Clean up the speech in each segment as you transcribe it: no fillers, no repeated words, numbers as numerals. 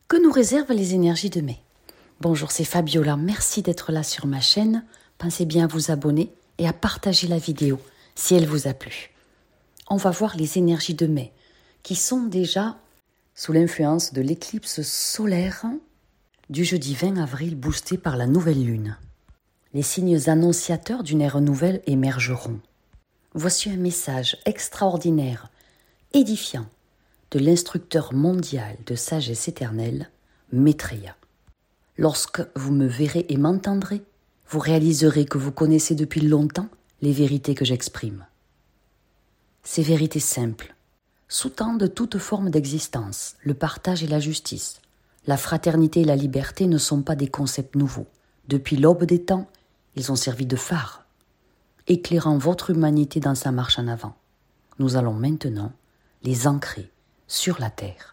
Que nous réservent les énergies de mai? Bonjour, c'est Fabiola. Merci d'être là sur ma chaîne. Pensez bien à vous abonner et à partager la vidéo si elle vous a plu. On va voir les énergies de mai qui sont déjà sous l'influence de l'éclipse solaire du jeudi 20 avril boostée par la nouvelle lune. Les signes annonciateurs d'une ère nouvelle émergeront. Voici un message extraordinaire, édifiant, de l'instructeur mondial de sagesse éternelle, Maitreya. Lorsque vous me verrez et m'entendrez, vous réaliserez que vous connaissez depuis longtemps les vérités que j'exprime. Ces vérités simples sous-tendent toute forme d'existence, le partage et la justice. La fraternité et la liberté ne sont pas des concepts nouveaux. Depuis l'aube des temps, ils ont servi de phare, éclairant votre humanité dans sa marche en avant. Nous allons maintenant les ancrer sur la terre.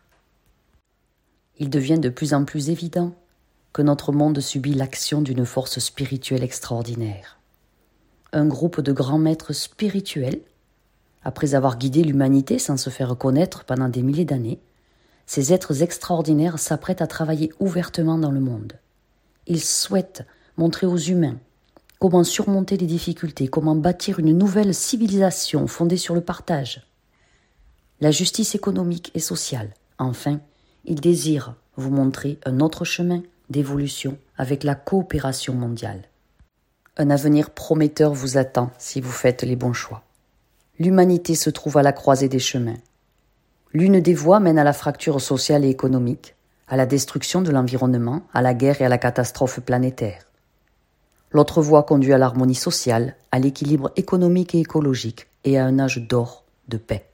Il devient de plus en plus évident que notre monde subit l'action d'une force spirituelle extraordinaire. Un groupe de grands maîtres spirituels, après avoir guidé l'humanité sans se faire connaître pendant des milliers d'années, ces êtres extraordinaires s'apprêtent à travailler ouvertement dans le monde. Ils souhaitent montrer aux humains comment surmonter les difficultés, comment bâtir une nouvelle civilisation fondée sur le partage, la justice économique et sociale. Enfin, ils désirent vous montrer un autre chemin d'évolution avec la coopération mondiale. Un avenir prometteur vous attend si vous faites les bons choix. L'humanité se trouve à la croisée des chemins. L'une des voies mène à la fracture sociale et économique, à la destruction de l'environnement, à la guerre et à la catastrophe planétaire. L'autre voie conduit à l'harmonie sociale, à l'équilibre économique et écologique et à un âge d'or de paix.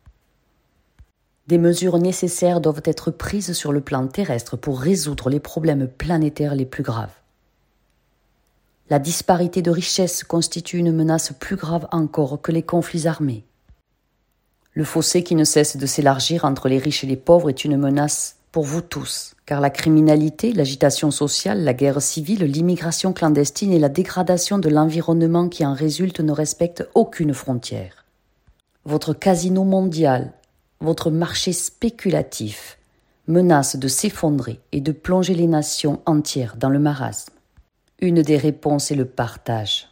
Des mesures nécessaires doivent être prises sur le plan terrestre pour résoudre les problèmes planétaires les plus graves. La disparité de richesses constitue une menace plus grave encore que les conflits armés. Le fossé qui ne cesse de s'élargir entre les riches et les pauvres est une menace pour vous tous, car la criminalité, l'agitation sociale, la guerre civile, l'immigration clandestine et la dégradation de l'environnement qui en résulte ne respectent aucune frontière. Votre casino mondial, votre marché spéculatif menace de s'effondrer et de plonger les nations entières dans le marasme. Une des réponses est le partage.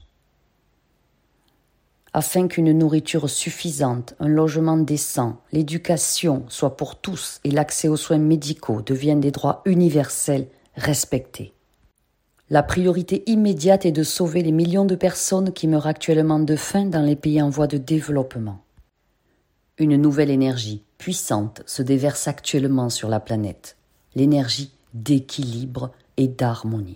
Afin qu'une nourriture suffisante, un logement décent, l'éducation soit pour tous et l'accès aux soins médicaux deviennent des droits universels respectés. La priorité immédiate est de sauver les millions de personnes qui meurent actuellement de faim dans les pays en voie de développement. Une nouvelle énergie puissante se déverse actuellement sur la planète, l'énergie d'équilibre et d'harmonie.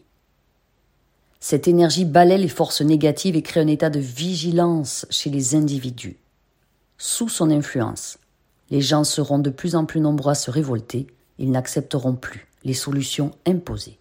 Cette énergie balaie les forces négatives et crée un état de vigilance chez les individus. Sous son influence, les gens seront de plus en plus nombreux à se révolter, ils n'accepteront plus les solutions imposées.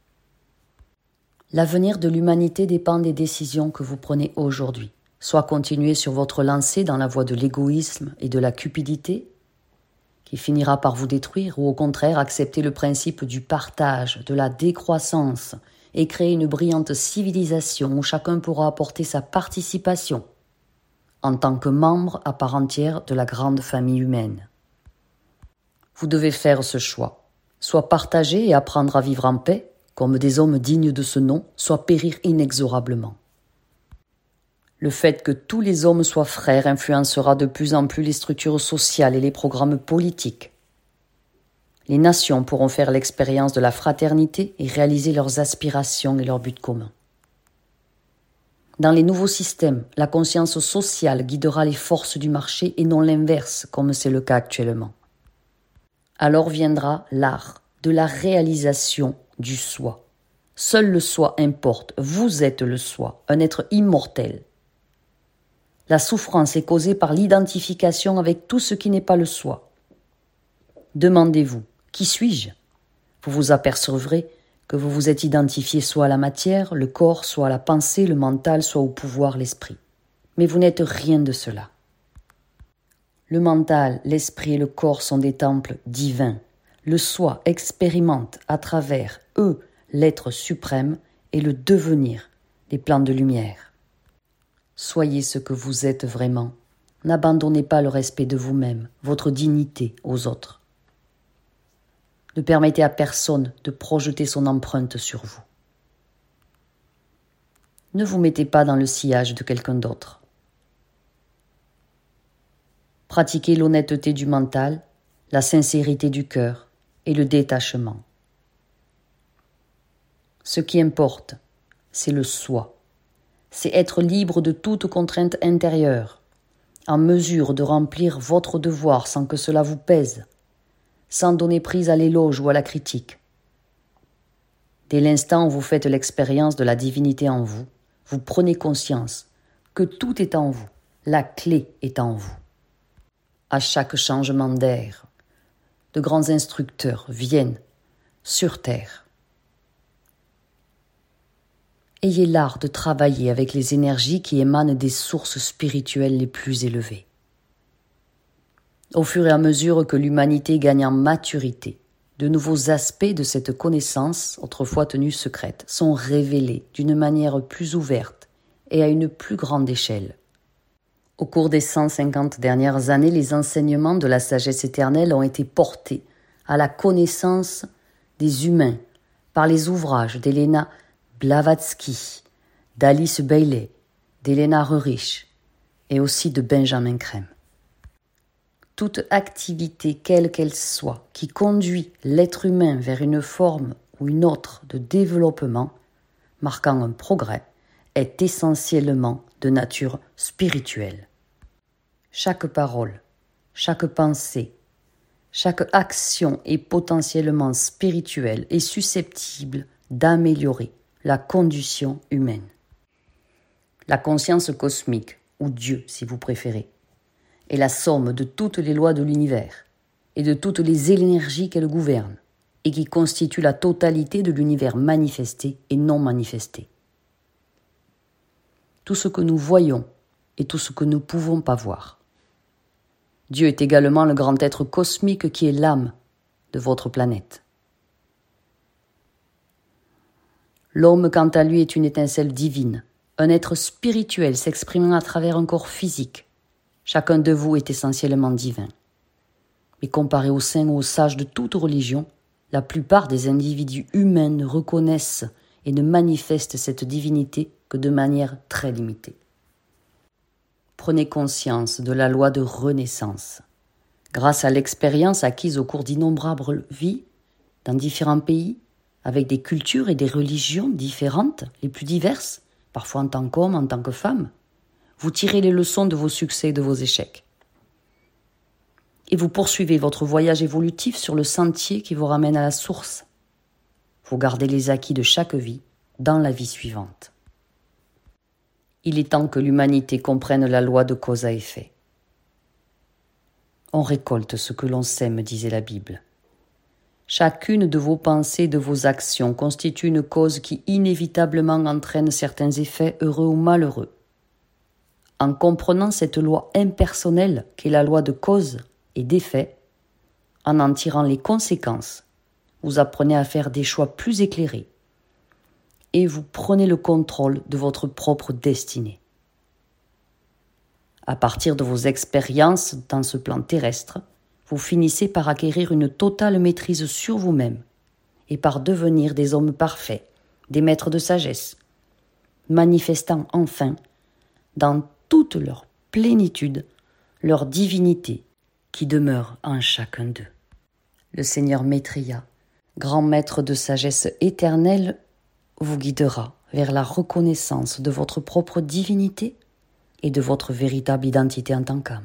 L'avenir de l'humanité dépend des décisions que vous prenez aujourd'hui. Soit continuer sur votre lancée dans la voie de l'égoïsme et de la cupidité, qui finira par vous détruire, ou au contraire accepter le principe du partage, de la décroissance, et créer une brillante civilisation où chacun pourra apporter sa participation en tant que membre à part entière de la grande famille humaine. Vous devez faire ce choix, soit partager et apprendre à vivre en paix, comme des hommes dignes de ce nom, soit périr inexorablement. Le fait que tous les hommes soient frères influencera de plus en plus les structures sociales et les programmes politiques. Les nations pourront faire l'expérience de la fraternité et réaliser leurs aspirations et leurs buts communs. Dans les nouveaux systèmes, la conscience sociale guidera les forces du marché et non l'inverse, comme c'est le cas actuellement. Alors viendra l'art de la réalisation du soi. Seul le soi importe, vous êtes le soi, un être immortel. La souffrance est causée par l'identification avec tout ce qui n'est pas le soi. Demandez-vous, qui suis-je? Vous vous apercevrez que vous vous êtes identifié soit à la matière, le corps, soit à la pensée, le mental, soit au pouvoir, l'esprit. Mais vous n'êtes rien de cela. Le mental, l'esprit et le corps sont des temples divins. Le soi expérimente à travers eux l'être suprême et le devenir, les plans de lumière. Soyez ce que vous êtes vraiment. N'abandonnez pas le respect de vous-même, votre dignité aux autres. Ne permettez à personne de projeter son empreinte sur vous. Ne vous mettez pas dans le sillage de quelqu'un d'autre. Pratiquez l'honnêteté du mental, la sincérité du cœur et le détachement. Ce qui importe, c'est le soi. C'est être libre de toute contrainte intérieure, en mesure de remplir votre devoir sans que cela vous pèse, sans donner prise à l'éloge ou à la critique. Dès l'instant où vous faites l'expérience de la divinité en vous, vous prenez conscience que tout est en vous, la clé est en vous. À chaque changement d'air, de grands instructeurs viennent sur terre. Ayez l'art de travailler avec les énergies qui émanent des sources spirituelles les plus élevées. Au fur et à mesure que l'humanité gagne en maturité, de nouveaux aspects de cette connaissance, autrefois tenue secrète, sont révélés d'une manière plus ouverte et à une plus grande échelle. Au cours des 150 dernières années, les enseignements de la sagesse éternelle ont été portés à la connaissance des humains par les ouvrages d'Helena Blavatsky, d'Alice Bailey, d'Helena Rerich et aussi de Benjamin Crème. Toute activité, quelle qu'elle soit, qui conduit l'être humain vers une forme ou une autre de développement, marquant un progrès, est essentiellement de nature spirituelle. Chaque parole, chaque pensée, chaque action est potentiellement spirituelle et susceptible d'améliorer la condition humaine. La conscience cosmique, ou Dieu si vous préférez, est la somme de toutes les lois de l'univers et de toutes les énergies qu'elle gouverne et qui constituent la totalité de l'univers manifesté et non manifesté. Tout ce que nous voyons et tout ce que nous ne pouvons pas voir. Dieu est également le grand être cosmique qui est l'âme de votre planète. L'homme, quant à lui, est une étincelle divine, un être spirituel s'exprimant à travers un corps physique. Chacun de vous est essentiellement divin. Mais comparé aux saints ou aux sages de toute religion, la plupart des individus humains ne reconnaissent et ne manifestent cette divinité que de manière très limitée. Prenez conscience de la loi de renaissance. Grâce à l'expérience acquise au cours d'innombrables vies, dans différents pays, avec des cultures et des religions différentes, les plus diverses, parfois en tant qu'homme, en tant que femme, vous tirez les leçons de vos succès et de vos échecs. Et vous poursuivez votre voyage évolutif sur le sentier qui vous ramène à la source. Vous gardez les acquis de chaque vie dans la vie suivante. Il est temps que l'humanité comprenne la loi de cause à effet. On récolte ce que l'on sème, disait la Bible. Chacune de vos pensées, de vos actions constitue une cause qui inévitablement entraîne certains effets heureux ou malheureux. En comprenant cette loi impersonnelle qu'est la loi de cause et d'effet, en tirant les conséquences, vous apprenez à faire des choix plus éclairés et vous prenez le contrôle de votre propre destinée. À partir de vos expériences dans ce plan terrestre, vous finissez par acquérir une totale maîtrise sur vous-même et par devenir des hommes parfaits, des maîtres de sagesse, manifestant enfin, dans toute leur plénitude, leur divinité qui demeure en chacun d'eux. Le Seigneur Maitreya, grand maître de sagesse éternelle, vous guidera vers la reconnaissance de votre propre divinité et de votre véritable identité en tant qu'âme.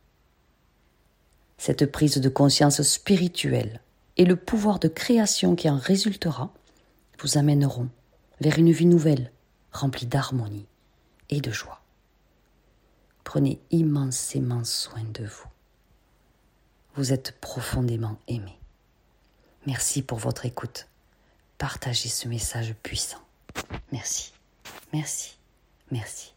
Cette prise de conscience spirituelle et le pouvoir de création qui en résultera vous amèneront vers une vie nouvelle, remplie d'harmonie et de joie. Prenez immensément soin de vous. Vous êtes profondément aimé. Merci pour votre écoute. Partagez ce message puissant. Merci, merci, merci.